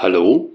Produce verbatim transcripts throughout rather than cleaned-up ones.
Hallo?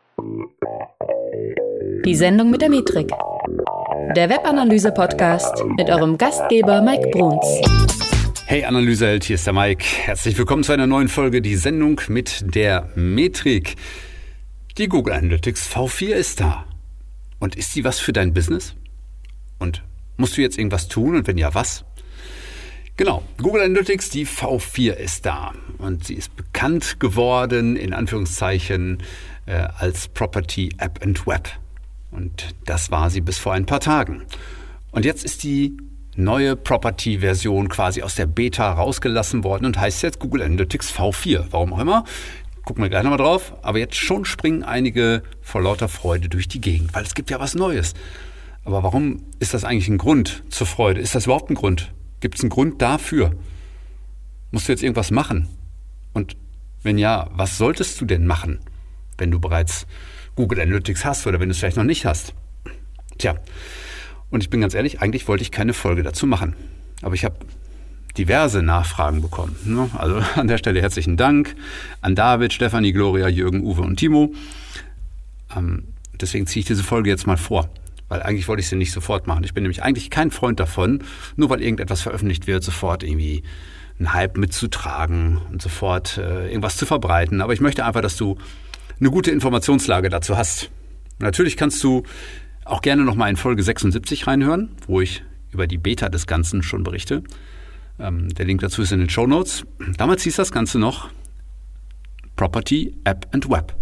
Die Sendung mit der Metrik. Der Webanalyse-Podcast mit eurem Gastgeber Mike Bruns. Hey Analyseheld, hier ist der Mike. Herzlich willkommen zu einer neuen Folge, die Sendung mit der Metrik. Die Google Analytics V vier ist da. Und ist sie was für dein Business? Und musst du jetzt irgendwas tun? Und wenn ja, was? Genau, Google Analytics, die V vier ist da. Und sie ist bekannt geworden, in Anführungszeichen, äh, als Property App and Web. Und das war sie bis vor ein paar Tagen. Und jetzt ist die neue Property-Version quasi aus der Beta rausgelassen worden und heißt jetzt Google Analytics V vier. Warum auch immer, gucken wir gleich nochmal drauf. Aber jetzt schon springen einige vor lauter Freude durch die Gegend, weil es gibt ja was Neues. Aber warum ist das eigentlich ein Grund zur Freude? Ist das überhaupt ein Grund? Gibt es einen Grund dafür? Musst du jetzt irgendwas machen? Und wenn ja, was solltest du denn machen, wenn du bereits Google Analytics hast oder wenn du es vielleicht noch nicht hast? Tja, und ich bin ganz ehrlich, eigentlich wollte ich keine Folge dazu machen. Aber ich habe diverse Nachfragen bekommen. Also an der Stelle herzlichen Dank an David, Stefanie, Gloria, Jürgen, Uwe und Timo. Ähm, deswegen ziehe ich diese Folge jetzt mal vor. Weil eigentlich wollte ich sie nicht sofort machen. Ich bin nämlich eigentlich kein Freund davon, nur weil irgendetwas veröffentlicht wird, sofort irgendwie einen Hype mitzutragen und sofort äh, irgendwas zu verbreiten. Aber ich möchte einfach, dass du eine gute Informationslage dazu hast. Und natürlich kannst du auch gerne nochmal in Folge sechsundsiebzig reinhören, wo ich über die Beta des Ganzen schon berichte. Ähm, der Link dazu ist in den Shownotes. Damals hieß das Ganze noch Property, App and Web.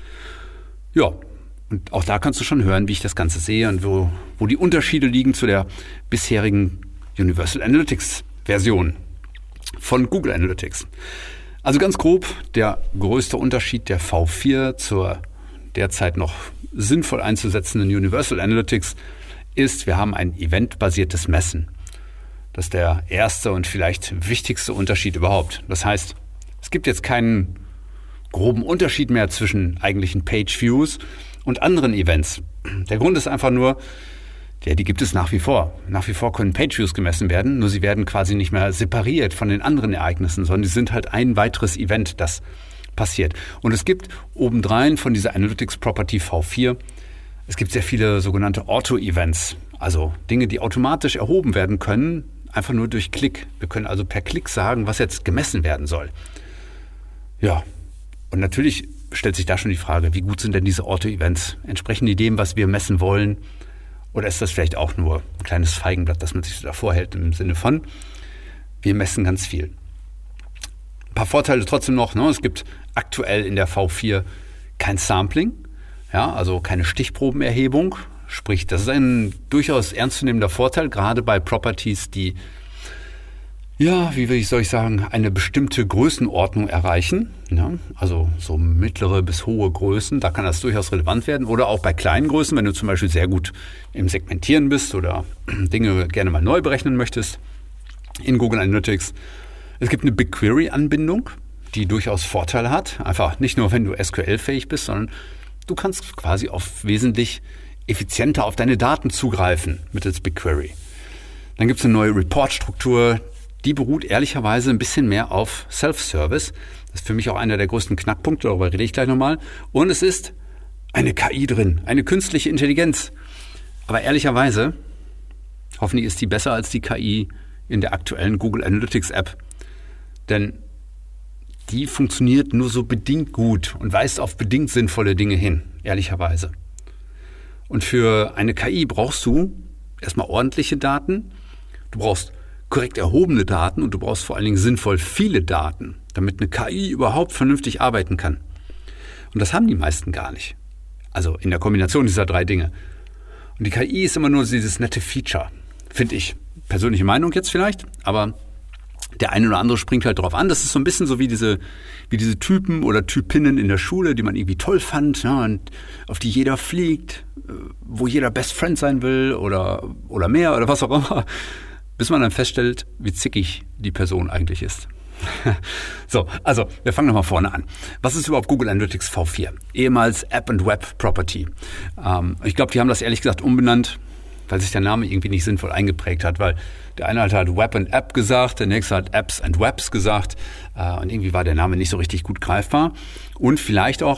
Ja. Und auch da kannst du schon hören, wie ich das Ganze sehe und wo, wo die Unterschiede liegen zu der bisherigen Universal Analytics Version von Google Analytics. Also ganz grob, der größte Unterschied der V vier zur derzeit noch sinnvoll einzusetzenden Universal Analytics ist, wir haben ein eventbasiertes Messen. Das ist der erste und vielleicht wichtigste Unterschied überhaupt. Das heißt, es gibt jetzt keinen groben Unterschied mehr zwischen eigentlichen Page-Views und anderen Events. Der Grund ist einfach nur, ja, die gibt es nach wie vor. Nach wie vor können Pageviews gemessen werden, nur sie werden quasi nicht mehr separiert von den anderen Ereignissen, sondern die sind halt ein weiteres Event, das passiert. Und es gibt obendrein von dieser Analytics Property V vier, es gibt sehr viele sogenannte Auto-Events, also Dinge, die automatisch erhoben werden können, einfach nur durch Klick. Wir können also per Klick sagen, was jetzt gemessen werden soll. Ja, und natürlich stellt sich da schon die Frage, wie gut sind denn diese Auto-Events? Entsprechen die dem, was wir messen wollen? Oder ist das vielleicht auch nur ein kleines Feigenblatt, das man sich so davor hält im Sinne von, wir messen ganz viel. Ein paar Vorteile trotzdem noch, ne? Es gibt aktuell in der V vier kein Sampling, ja, also keine Stichprobenerhebung. Sprich, das ist ein durchaus ernstzunehmender Vorteil, gerade bei Properties, die, ja, wie soll ich sagen, eine bestimmte Größenordnung erreichen. Ja, also so mittlere bis hohe Größen, da kann das durchaus relevant werden. Oder auch bei kleinen Größen, wenn du zum Beispiel sehr gut im Segmentieren bist oder Dinge gerne mal neu berechnen möchtest in Google Analytics. Es gibt eine BigQuery-Anbindung, die durchaus Vorteile hat. Einfach nicht nur, wenn du S Q L-fähig bist, sondern du kannst quasi auf wesentlich effizienter auf deine Daten zugreifen mittels BigQuery. Dann gibt es eine neue Report-Struktur, die beruht ehrlicherweise ein bisschen mehr auf Self-Service. Das ist für mich auch einer der größten Knackpunkte, darüber rede ich gleich nochmal. Und es ist eine K I drin, eine künstliche Intelligenz. Aber ehrlicherweise, hoffentlich ist die besser als die K I in der aktuellen Google Analytics App. Denn die funktioniert nur so bedingt gut und weist auf bedingt sinnvolle Dinge hin, ehrlicherweise. Und für eine K I brauchst du erstmal ordentliche Daten, du brauchst korrekt erhobene Daten und du brauchst vor allen Dingen sinnvoll viele Daten, damit eine K I überhaupt vernünftig arbeiten kann. Und das haben die meisten gar nicht. Also in der Kombination dieser drei Dinge. Und die K I ist immer nur dieses nette Feature, finde ich. Persönliche Meinung jetzt vielleicht, aber der eine oder andere springt halt drauf an. Das ist so ein bisschen so wie diese, wie diese Typen oder Typinnen in der Schule, die man irgendwie toll fand, ja, und auf die jeder fliegt, wo jeder Best Friend sein will oder, oder mehr oder was auch immer. Bis man dann feststellt, wie zickig die Person eigentlich ist. So, also wir fangen nochmal vorne an. Was ist überhaupt Google Analytics V vier? Ehemals App and Web Property. Ähm, ich glaube, die haben das ehrlich gesagt umbenannt, weil sich der Name irgendwie nicht sinnvoll eingeprägt hat, weil der eine hat halt Web and App gesagt, der nächste hat Apps and Webs gesagt äh, und irgendwie war der Name nicht so richtig gut greifbar. Und vielleicht auch,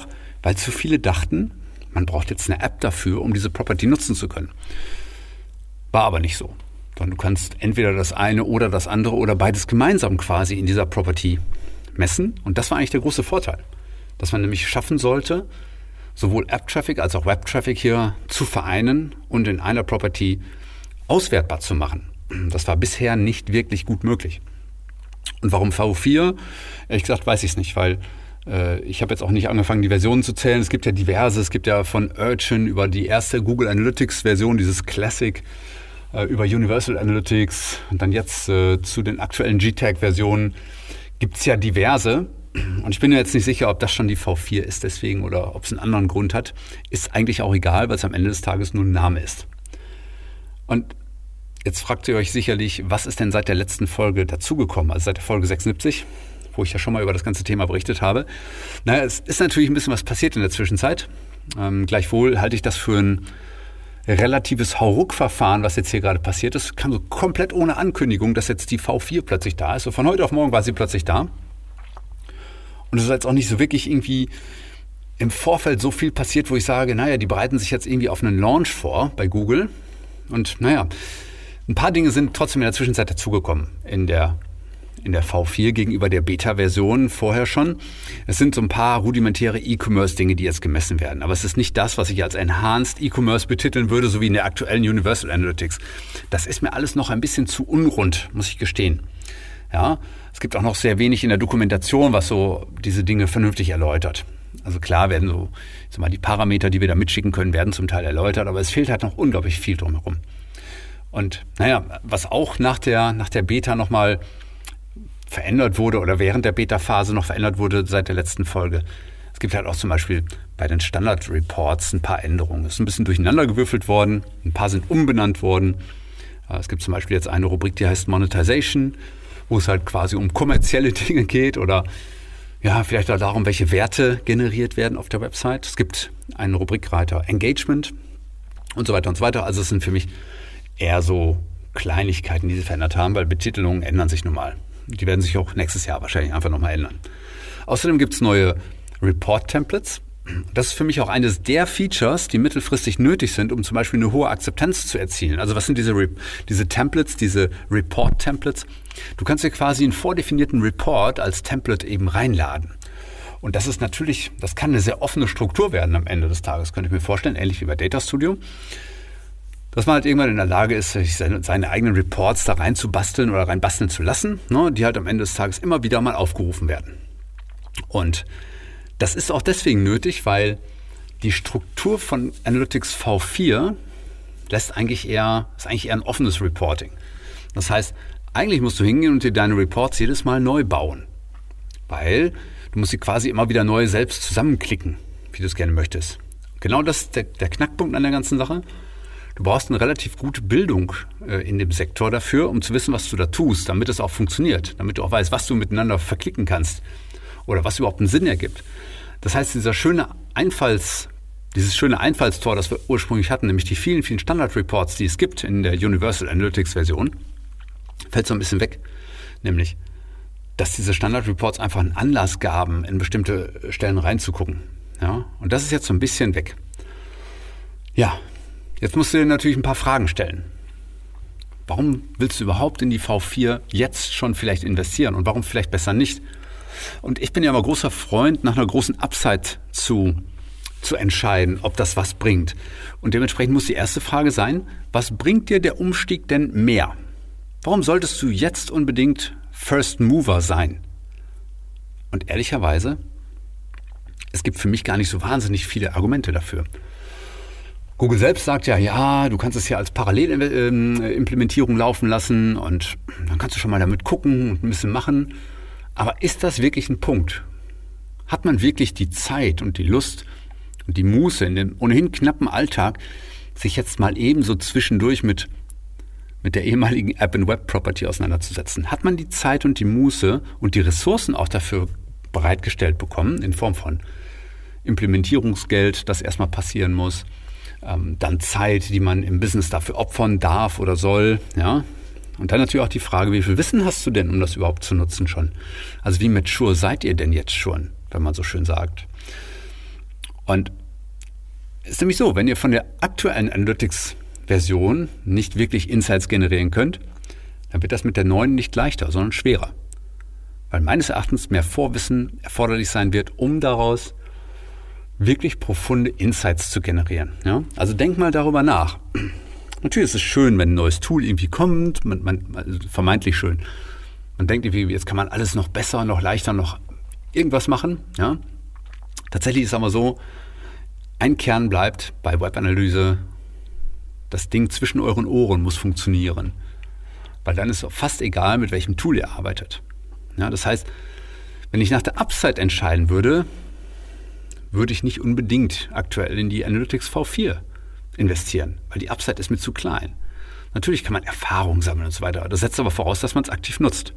weil zu viele dachten, man braucht jetzt eine App dafür, um diese Property nutzen zu können. War aber nicht so. Sondern du kannst entweder das eine oder das andere oder beides gemeinsam quasi in dieser Property messen. Und das war eigentlich der große Vorteil, dass man nämlich schaffen sollte, sowohl App-Traffic als auch Web-Traffic hier zu vereinen und in einer Property auswertbar zu machen. Das war bisher nicht wirklich gut möglich. Und warum V vier? Ehrlich gesagt weiß ich es nicht, weil äh, ich habe jetzt auch nicht angefangen, die Versionen zu zählen. Es gibt ja diverse, es gibt ja von Urchin über die erste Google Analytics-Version, dieses Classic, äh, über Universal Analytics und dann jetzt äh, zu den aktuellen G TAG-Versionen gibt es ja diverse. Und ich bin mir jetzt nicht sicher, ob das schon die V vier ist deswegen oder ob es einen anderen Grund hat. Ist eigentlich auch egal, weil es am Ende des Tages nur ein Name ist. Und jetzt fragt ihr euch sicherlich, was ist denn seit der letzten Folge dazugekommen, also seit der Folge sechsundsiebzig, wo ich ja schon mal über das ganze Thema berichtet habe. Naja, es ist natürlich ein bisschen was passiert in der Zwischenzeit. Ähm, gleichwohl halte ich das für ein relatives Hauruck-Verfahren, was jetzt hier gerade passiert ist. Kam so komplett ohne Ankündigung, dass jetzt die V vier plötzlich da ist. So von heute auf morgen war sie plötzlich da. Und es ist jetzt auch nicht so wirklich irgendwie im Vorfeld so viel passiert, wo ich sage, naja, die bereiten sich jetzt irgendwie auf einen Launch vor bei Google. Und naja, ein paar Dinge sind trotzdem in der Zwischenzeit dazugekommen in der, in der V vier gegenüber der Beta-Version vorher schon. Es sind so ein paar rudimentäre E-Commerce-Dinge, die jetzt gemessen werden. Aber es ist nicht das, was ich als Enhanced E-Commerce betiteln würde, so wie in der aktuellen Universal Analytics. Das ist mir alles noch ein bisschen zu unrund, muss ich gestehen. Ja, es gibt auch noch sehr wenig in der Dokumentation, was so diese Dinge vernünftig erläutert. Also klar werden so, ich sag mal, die Parameter, die wir da mitschicken können, werden zum Teil erläutert, aber es fehlt halt noch unglaublich viel drumherum. Und naja, was auch nach der, nach der Beta nochmal verändert wurde oder während der Beta-Phase noch verändert wurde seit der letzten Folge. Es gibt halt auch zum Beispiel bei den Standard-Reports ein paar Änderungen. Es ist ein bisschen durcheinander gewürfelt worden, ein paar sind umbenannt worden. Es gibt zum Beispiel jetzt eine Rubrik, die heißt Monetization, wo es halt quasi um kommerzielle Dinge geht oder ja, vielleicht auch darum, welche Werte generiert werden auf der Website. Es gibt einen Rubrikreiter Engagement und so weiter und so weiter. Also es sind für mich eher so Kleinigkeiten, die sie verändert haben, weil Betitelungen ändern sich nun mal. Die werden sich auch nächstes Jahr wahrscheinlich einfach nochmal ändern. Außerdem gibt es neue Report-Templates. Das ist für mich auch eines der Features, die mittelfristig nötig sind, um zum Beispiel eine hohe Akzeptanz zu erzielen. Also was sind diese, Re- diese Templates, diese Report-Templates? Du kannst dir quasi einen vordefinierten Report als Template eben reinladen. Und das ist natürlich, das kann eine sehr offene Struktur werden am Ende des Tages, könnte ich mir vorstellen, ähnlich wie bei Data Studio. Dass man halt irgendwann in der Lage ist, sich seine, seine eigenen Reports da rein zu basteln oder rein basteln zu lassen, ne, die halt am Ende des Tages immer wieder mal aufgerufen werden. Und das ist auch deswegen nötig, weil die Struktur von Analytics V vier lässt eigentlich eher, ist eigentlich eher ein offenes Reporting. Das heißt, eigentlich musst du hingehen und dir deine Reports jedes Mal neu bauen. Weil du musst sie quasi immer wieder neu selbst zusammenklicken, wie du es gerne möchtest. Genau das ist der, der Knackpunkt an der ganzen Sache. Du brauchst eine relativ gute Bildung äh, in dem Sektor dafür, um zu wissen, was du da tust, damit es auch funktioniert, damit du auch weißt, was du miteinander verklicken kannst oder was überhaupt einen Sinn ergibt. Das heißt, dieser schöne Einfalls, dieses schöne Einfallstor, das wir ursprünglich hatten, nämlich die vielen, vielen Standard-Reports, die es gibt in der Universal Analytics-Version, fällt so ein bisschen weg. Nämlich, dass diese Standard-Reports einfach einen Anlass gaben, in bestimmte Stellen reinzugucken. Ja? Und das ist jetzt so ein bisschen weg. Ja, jetzt musst du dir natürlich ein paar Fragen stellen. Warum willst du überhaupt in die V vier jetzt schon vielleicht investieren und warum vielleicht besser nicht? Und ich bin ja immer großer Freund, nach einer großen Upside zu, zu entscheiden, ob das was bringt. Und dementsprechend muss die erste Frage sein, was bringt dir der Umstieg denn mehr? Warum solltest du jetzt unbedingt First Mover sein? Und ehrlicherweise, es gibt für mich gar nicht so wahnsinnig viele Argumente dafür. Google selbst sagt ja, ja, du kannst es ja als Parallelimplementierung laufen lassen und dann kannst du schon mal damit gucken und ein bisschen machen. Aber ist das wirklich ein Punkt? Hat man wirklich die Zeit und die Lust und die Muße in dem ohnehin knappen Alltag, sich jetzt mal ebenso zwischendurch mit, mit der ehemaligen App-and-Web-Property auseinanderzusetzen? Hat man die Zeit und die Muße und die Ressourcen auch dafür bereitgestellt bekommen, in Form von Implementierungsgeld, das erstmal passieren muss, ähm, dann Zeit, die man im Business dafür opfern darf oder soll, ja? Und dann natürlich auch die Frage, wie viel Wissen hast du denn, um das überhaupt zu nutzen schon? Also wie mature seid ihr denn jetzt schon, wenn man so schön sagt? Und es ist nämlich so, wenn ihr von der aktuellen Analytics-Version nicht wirklich Insights generieren könnt, dann wird das mit der neuen nicht leichter, sondern schwerer. Weil meines Erachtens mehr Vorwissen erforderlich sein wird, um daraus wirklich profunde Insights zu generieren. Ja? Also denk mal darüber nach. Natürlich ist es schön, wenn ein neues Tool irgendwie kommt, man, man, also vermeintlich schön. Man denkt irgendwie, jetzt kann man alles noch besser, noch leichter, noch irgendwas machen. Ja? Tatsächlich ist es aber so, ein Kern bleibt bei Webanalyse, das Ding zwischen euren Ohren muss funktionieren. Weil dann ist es fast egal, mit welchem Tool ihr arbeitet. Ja, das heißt, wenn ich nach der Upside entscheiden würde, würde ich nicht unbedingt aktuell in die Analytics V vier investieren, weil die Upside ist mir zu klein. Natürlich kann man Erfahrung sammeln und so weiter. Das setzt aber voraus, dass man es aktiv nutzt.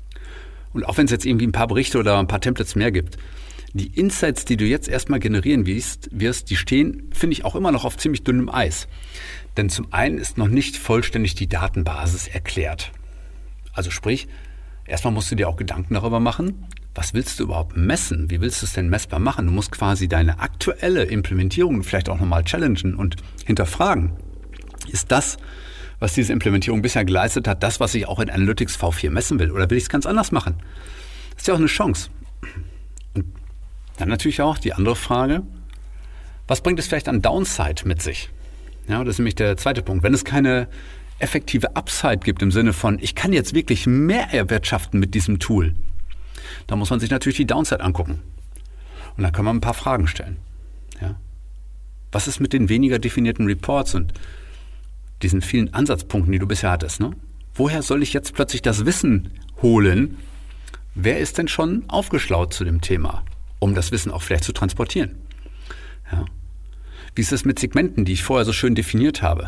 Und auch wenn es jetzt irgendwie ein paar Berichte oder ein paar Templates mehr gibt, die Insights, die du jetzt erstmal generieren wirst, wirst, die stehen, finde ich, auch immer noch auf ziemlich dünnem Eis. Denn zum einen ist noch nicht vollständig die Datenbasis erklärt. Also sprich, erstmal musst du dir auch Gedanken darüber machen, was willst du überhaupt messen? Wie willst du es denn messbar machen? Du musst quasi deine aktuelle Implementierung vielleicht auch nochmal challengen und hinterfragen. Ist das, was diese Implementierung bisher geleistet hat, das, was ich auch in Analytics V vier messen will? Oder will ich es ganz anders machen? Das ist ja auch eine Chance. Und dann natürlich auch die andere Frage, was bringt es vielleicht an Downside mit sich? Ja, das ist nämlich der zweite Punkt. Wenn es keine effektive Upside gibt im Sinne von, ich kann jetzt wirklich mehr erwirtschaften mit diesem Tool, dann muss man sich natürlich die Downside angucken. Und dann kann man ein paar Fragen stellen. Ja? Was ist mit den weniger definierten Reports und diesen vielen Ansatzpunkten, die du bisher hattest? Ne? Woher soll ich jetzt plötzlich das Wissen holen? Wer ist denn schon aufgeschlaut zu dem Thema, um das Wissen auch vielleicht zu transportieren? Ja? Wie ist es mit Segmenten, die ich vorher so schön definiert habe?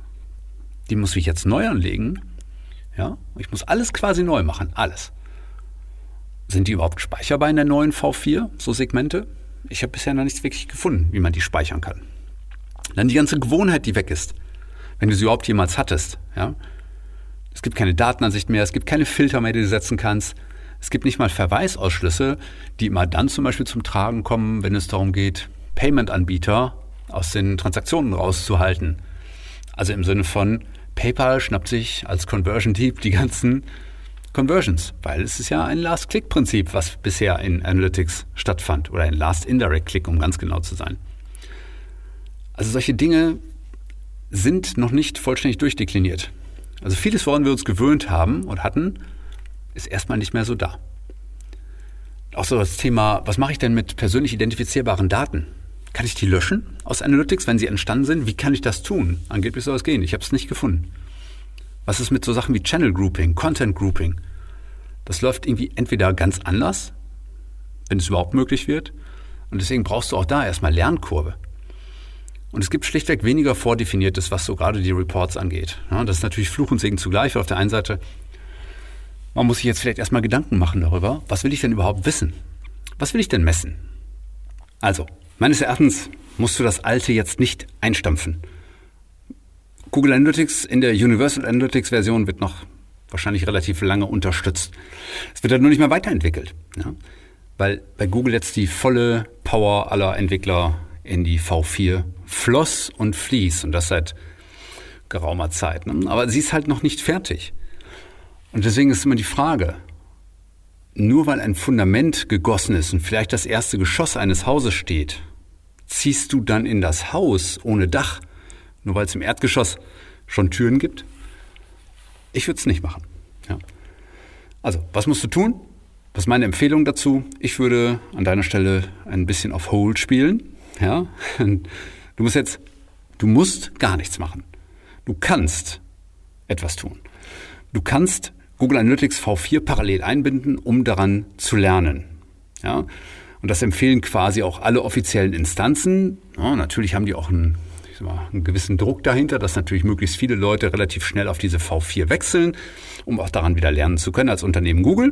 Die muss ich jetzt neu anlegen. Ja? Ich muss alles quasi neu machen, alles. Sind die überhaupt speicherbar in der neuen V vier, so Segmente? Ich habe bisher noch nichts wirklich gefunden, wie man die speichern kann. Dann die ganze Gewohnheit, die weg ist, wenn du sie überhaupt jemals hattest. Ja? Es gibt keine Datenansicht mehr, es gibt keine Filter mehr, die du setzen kannst. Es gibt nicht mal Verweisausschlüsse, die immer dann zum Beispiel zum Tragen kommen, wenn es darum geht, Payment-Anbieter aus den Transaktionen rauszuhalten. Also im Sinne von, PayPal schnappt sich als Conversion-Dieb die ganzen Conversions, weil es ist ja ein Last-Click-Prinzip, was bisher in Analytics stattfand, oder ein Last-Indirect-Click, um ganz genau zu sein. Also solche Dinge sind noch nicht vollständig durchdekliniert. Also vieles, woran wir uns gewöhnt haben und hatten, ist erstmal nicht mehr so da. Auch so das Thema, was mache ich denn mit persönlich identifizierbaren Daten? Kann ich die löschen aus Analytics, wenn sie entstanden sind? Wie kann ich das tun? Angeblich soll es gehen. Ich habe es nicht gefunden. Was ist mit so Sachen wie Channel Grouping, Content Grouping? Das läuft irgendwie entweder ganz anders, wenn es überhaupt möglich wird. Und deswegen brauchst du auch da erstmal Lernkurve. Und es gibt schlichtweg weniger Vordefiniertes, was so gerade die Reports angeht. Ja, das ist natürlich Fluch und Segen zugleich. Auf der einen Seite, man muss sich jetzt vielleicht erstmal Gedanken machen darüber, was will ich denn überhaupt wissen? Was will ich denn messen? Also, meines Erachtens musst du das Alte jetzt nicht einstampfen. Google Analytics in der Universal Analytics Version wird noch wahrscheinlich relativ lange unterstützt. Es wird dann nur nicht mehr weiterentwickelt. Ja? Weil bei Google jetzt die volle Power aller Entwickler in die V vier floss und fließt. Und das seit geraumer Zeit. Ne? Aber sie ist halt noch nicht fertig. Und deswegen ist immer die Frage, nur weil ein Fundament gegossen ist und vielleicht das erste Geschoss eines Hauses steht, ziehst du dann in das Haus ohne Dach, nur weil es im Erdgeschoss schon Türen gibt? Ich würde es nicht machen. Ja. Also, was musst du tun? Was ist meine Empfehlung dazu? Ich würde an deiner Stelle ein bisschen auf Hold spielen. Ja. Du musst jetzt, du musst gar nichts machen. Du kannst etwas tun. Du kannst Google Analytics V vier parallel einbinden, um daran zu lernen. Ja. Und das empfehlen quasi auch alle offiziellen Instanzen. Ja, natürlich haben die auch einen, ich sag mal, einen gewissen Druck dahinter, dass natürlich möglichst viele Leute relativ schnell auf diese V vier wechseln, um auch daran wieder lernen zu können als Unternehmen Google.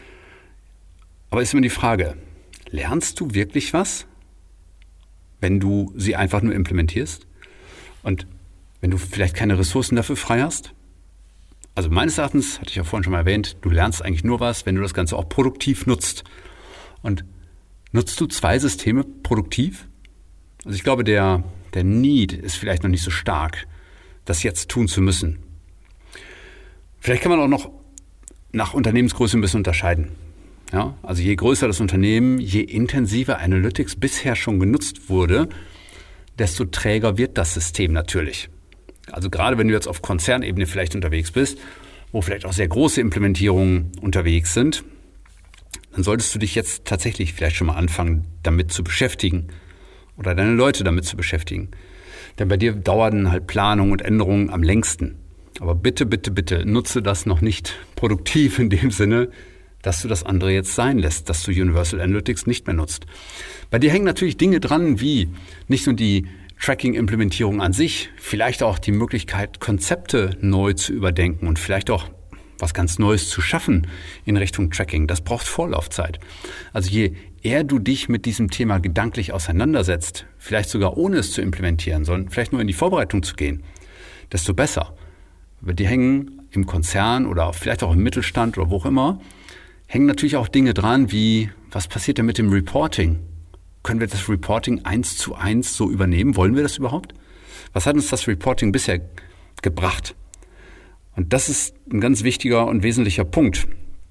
Aber ist immer die Frage, lernst du wirklich was, wenn du sie einfach nur implementierst? Und wenn du vielleicht keine Ressourcen dafür frei hast? Also meines Erachtens, hatte ich ja vorhin schon mal erwähnt, du lernst eigentlich nur was, wenn du das Ganze auch produktiv nutzt. Und nutzt du zwei Systeme produktiv? Also ich glaube, der, der Need ist vielleicht noch nicht so stark, das jetzt tun zu müssen. Vielleicht kann man auch noch nach Unternehmensgröße ein bisschen unterscheiden. Ja, also je größer das Unternehmen, je intensiver Analytics bisher schon genutzt wurde, desto träger wird das System natürlich. Also gerade wenn du jetzt auf Konzernebene vielleicht unterwegs bist, wo vielleicht auch sehr große Implementierungen unterwegs sind, dann solltest du dich jetzt tatsächlich vielleicht schon mal anfangen, damit zu beschäftigen oder deine Leute damit zu beschäftigen. Denn bei dir dauern halt Planung und Änderungen am längsten. Aber bitte, bitte, bitte nutze das noch nicht produktiv in dem Sinne, dass du das andere jetzt sein lässt, dass du Universal Analytics nicht mehr nutzt. Bei dir hängen natürlich Dinge dran, wie nicht nur die Tracking-Implementierung an sich, vielleicht auch die Möglichkeit, Konzepte neu zu überdenken und vielleicht auch was ganz Neues zu schaffen in Richtung Tracking. Das braucht Vorlaufzeit. Also je eher du dich mit diesem Thema gedanklich auseinandersetzt, vielleicht sogar ohne es zu implementieren, sondern vielleicht nur in die Vorbereitung zu gehen, desto besser. Weil die hängen im Konzern oder vielleicht auch im Mittelstand oder wo auch immer, hängen natürlich auch Dinge dran, wie was passiert denn mit dem Reporting? Können wir das Reporting eins zu eins so übernehmen? Wollen wir das überhaupt? Was hat uns das Reporting bisher gebracht? Und das ist ein ganz wichtiger und wesentlicher Punkt.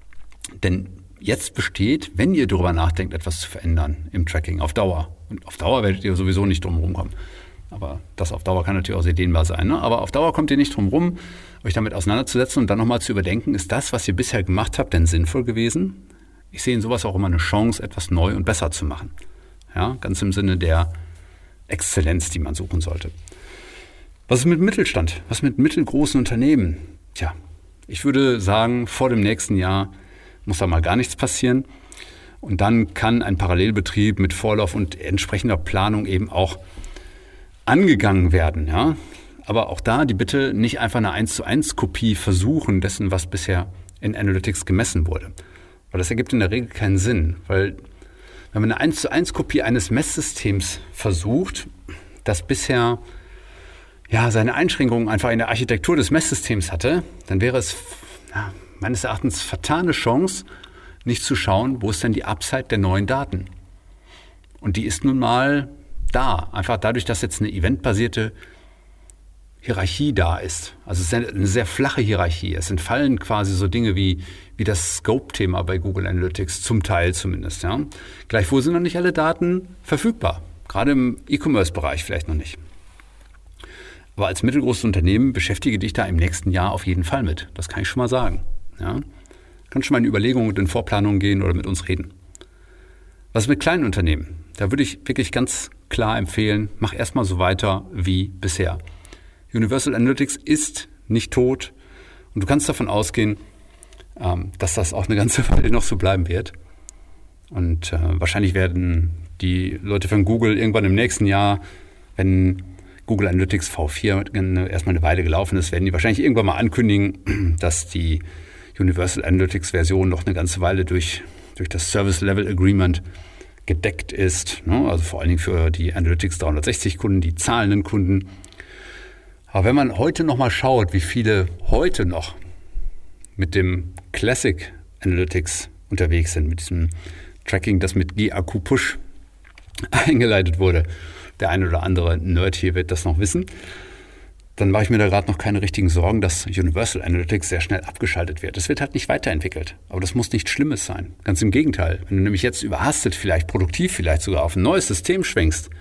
Denn jetzt besteht, wenn ihr darüber nachdenkt, etwas zu verändern im Tracking auf Dauer. Und auf Dauer werdet ihr sowieso nicht drum herum kommen. Aber das auf Dauer kann natürlich auch sehr dehnbar sein. Ne? Aber auf Dauer kommt ihr nicht drum herum, euch damit auseinanderzusetzen und dann nochmal zu überdenken, ist das, was ihr bisher gemacht habt, denn sinnvoll gewesen? Ich sehe in sowas auch immer eine Chance, etwas neu und besser zu machen. Ja, ganz im Sinne der Exzellenz, die man suchen sollte. Was ist mit Mittelstand? Was ist mit mittelgroßen Unternehmen? Tja, ich würde sagen, vor dem nächsten Jahr muss da mal gar nichts passieren. Und dann kann ein Parallelbetrieb mit Vorlauf und entsprechender Planung eben auch angegangen werden. Ja? Aber auch da die Bitte nicht einfach eine eins zu eins Kopie versuchen dessen, was bisher in Analytics gemessen wurde. Weil das ergibt in der Regel keinen Sinn. Weil wenn man eine eins zu eins Kopie eines Messsystems versucht, das bisher ja, seine Einschränkungen einfach in der Architektur des Messsystems hatte, dann wäre es ja, meines Erachtens vertane Chance, nicht zu schauen, wo ist denn die Upside der neuen Daten. Und die ist nun mal da. Einfach dadurch, dass jetzt eine eventbasierte Hierarchie da ist. Also es ist eine sehr flache Hierarchie. Es entfallen quasi so Dinge wie, wie das Scope-Thema bei Google Analytics, zum Teil zumindest. Ja. Gleichwohl sind noch nicht alle Daten verfügbar. Gerade im E-Commerce-Bereich vielleicht noch nicht. Aber als mittelgroßes Unternehmen beschäftige dich da im nächsten Jahr auf jeden Fall mit. Das kann ich schon mal sagen. Ja. Kannst schon mal in Überlegungen und in Vorplanungen gehen oder mit uns reden. Was ist mit kleinen Unternehmen? Da würde ich wirklich ganz klar empfehlen, mach erstmal so weiter wie bisher. Universal Analytics ist nicht tot und du kannst davon ausgehen, dass das auch eine ganze Weile noch so bleiben wird. Und äh, wahrscheinlich werden die Leute von Google irgendwann im nächsten Jahr, wenn Google Analytics V vier erstmal eine Weile gelaufen ist, werden die wahrscheinlich irgendwann mal ankündigen, dass die Universal Analytics Version noch eine ganze Weile durch, durch das Service Level Agreement gedeckt ist. Ne? Also vor allen Dingen für die Analytics dreihundertsechzig Kunden, die zahlenden Kunden. Aber wenn man heute noch mal schaut, wie viele heute noch mit dem Classic Analytics unterwegs sind, mit diesem Tracking, das mit G A Q Push eingeleitet wurde, der ein oder andere Nerd hier wird das noch wissen, dann mache ich mir da gerade noch keine richtigen Sorgen, dass Universal Analytics sehr schnell abgeschaltet wird. Es wird halt nicht weiterentwickelt. Aber das muss nichts Schlimmes sein. Ganz im Gegenteil. Wenn du nämlich jetzt überhastet, vielleicht produktiv, vielleicht sogar auf ein neues System schwenkst,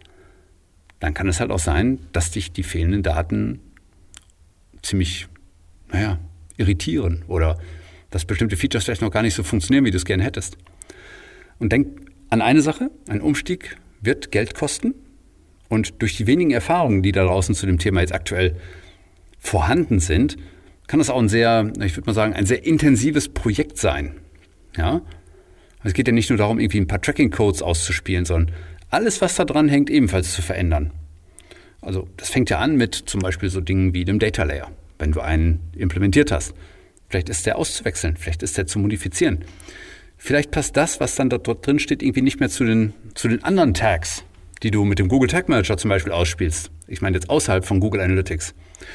dann kann es halt auch sein, dass dich die fehlenden Daten ziemlich, naja, irritieren oder dass bestimmte Features vielleicht noch gar nicht so funktionieren, wie du es gerne hättest. Und denk an eine Sache, ein Umstieg wird Geld kosten und durch die wenigen Erfahrungen, die da draußen zu dem Thema jetzt aktuell vorhanden sind, kann das auch ein sehr, ich würde mal sagen, ein sehr intensives Projekt sein. Ja? Es geht ja nicht nur darum, irgendwie ein paar Tracking-Codes auszuspielen, sondern alles, was da dran hängt, ebenfalls zu verändern. Also das fängt ja an mit zum Beispiel so Dingen wie dem Data Layer, wenn du einen implementiert hast. Vielleicht ist der auszuwechseln, vielleicht ist der zu modifizieren. Vielleicht passt das, was dann dort, dort drin steht, irgendwie nicht mehr zu den, zu den anderen Tags, die du mit dem Google Tag Manager zum Beispiel ausspielst. Ich meine jetzt außerhalb von Google Analytics.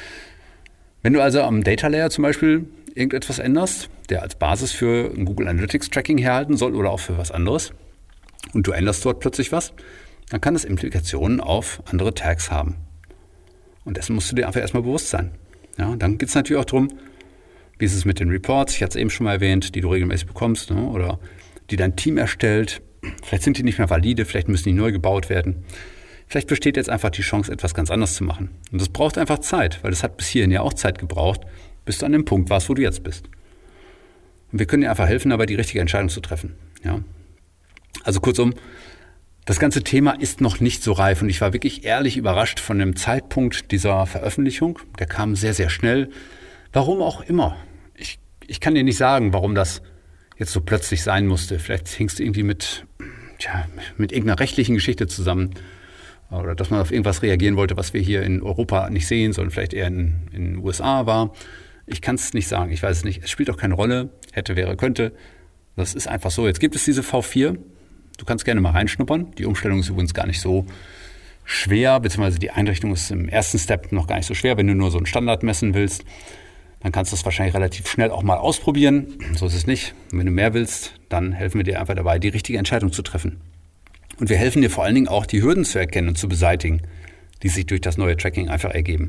Wenn du also am Data Layer zum Beispiel irgendetwas änderst, der als Basis für ein Google Analytics Tracking herhalten soll oder auch für was anderes, und du änderst dort plötzlich was, dann kann das Implikationen auf andere Tags haben. Und dessen musst du dir einfach erstmal bewusst sein. Ja, dann geht es natürlich auch darum, wie ist es mit den Reports, ich hatte es eben schon mal erwähnt, die du regelmäßig bekommst, ne, oder die dein Team erstellt. Vielleicht sind die nicht mehr valide, vielleicht müssen die neu gebaut werden. Vielleicht besteht jetzt einfach die Chance, etwas ganz anderes zu machen. Und das braucht einfach Zeit, weil das hat bis hierhin ja auch Zeit gebraucht, bis du an dem Punkt warst, wo du jetzt bist. Und wir können dir einfach helfen, dabei die richtige Entscheidung zu treffen. Ja? Also kurzum, das ganze Thema ist noch nicht so reif und ich war wirklich ehrlich überrascht von dem Zeitpunkt dieser Veröffentlichung. Der kam sehr, sehr schnell. Warum auch immer. Ich, ich kann dir nicht sagen, warum das jetzt so plötzlich sein musste. Vielleicht hingst du irgendwie mit, tja, mit irgendeiner rechtlichen Geschichte zusammen oder dass man auf irgendwas reagieren wollte, was wir hier in Europa nicht sehen, sondern vielleicht eher in, in den U S A war. Ich kann es nicht sagen, ich weiß es nicht. Es spielt auch keine Rolle. Hätte, wäre, könnte. Das ist einfach so. Jetzt gibt es diese V vier. Du kannst gerne mal reinschnuppern. Die Umstellung ist übrigens gar nicht so schwer, beziehungsweise die Einrichtung ist im ersten Step noch gar nicht so schwer. Wenn du nur so einen Standard messen willst, dann kannst du es wahrscheinlich relativ schnell auch mal ausprobieren. So ist es nicht. Und wenn du mehr willst, dann helfen wir dir einfach dabei, die richtige Entscheidung zu treffen. Und wir helfen dir vor allen Dingen auch, die Hürden zu erkennen und zu beseitigen, die sich durch das neue Tracking einfach ergeben.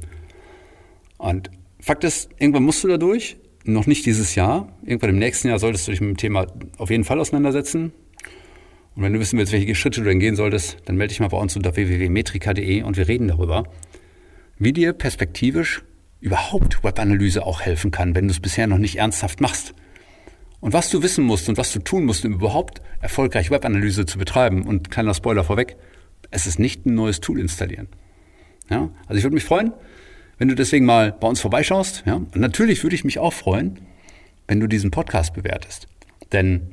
Und Fakt ist, irgendwann musst du da durch. Noch nicht dieses Jahr. Irgendwann im nächsten Jahr solltest du dich mit dem Thema auf jeden Fall auseinandersetzen. Und wenn du wissen willst, welche Schritte du denn gehen solltest, dann melde dich mal bei uns unter w w w punkt metrika punkt d e und wir reden darüber, wie dir perspektivisch überhaupt Webanalyse auch helfen kann, wenn du es bisher noch nicht ernsthaft machst. Und was du wissen musst und was du tun musst, um überhaupt erfolgreich Webanalyse zu betreiben. Und kleiner Spoiler vorweg, es ist nicht ein neues Tool installieren. Ja? Also ich würde mich freuen, wenn du deswegen mal bei uns vorbeischaust. Ja? Und natürlich würde ich mich auch freuen, wenn du diesen Podcast bewertest. Denn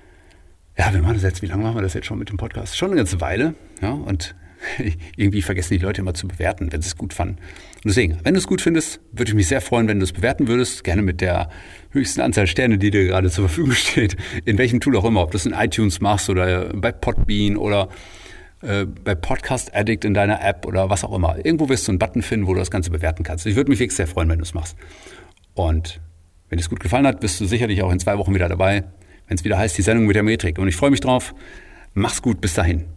ja, wir machen das jetzt, wie lange machen wir das jetzt schon mit dem Podcast? Schon eine ganze Weile. Ja, und irgendwie vergessen die Leute immer zu bewerten, wenn sie es gut fanden. Und deswegen, wenn du es gut findest, würde ich mich sehr freuen, wenn du es bewerten würdest. Gerne mit der höchsten Anzahl Sterne, die dir gerade zur Verfügung steht. In welchem Tool auch immer. Ob du es in iTunes machst oder bei Podbean oder äh, bei Podcast Addict in deiner App oder was auch immer. Irgendwo wirst du einen Button finden, wo du das Ganze bewerten kannst. Ich würde mich wirklich sehr freuen, wenn du es machst. Und wenn es gut gefallen hat, bist du sicherlich auch in zwei Wochen wieder dabei, wenn es wieder heißt, die Sendung mit der Metrik. Und ich freue mich drauf. Mach's gut, bis dahin.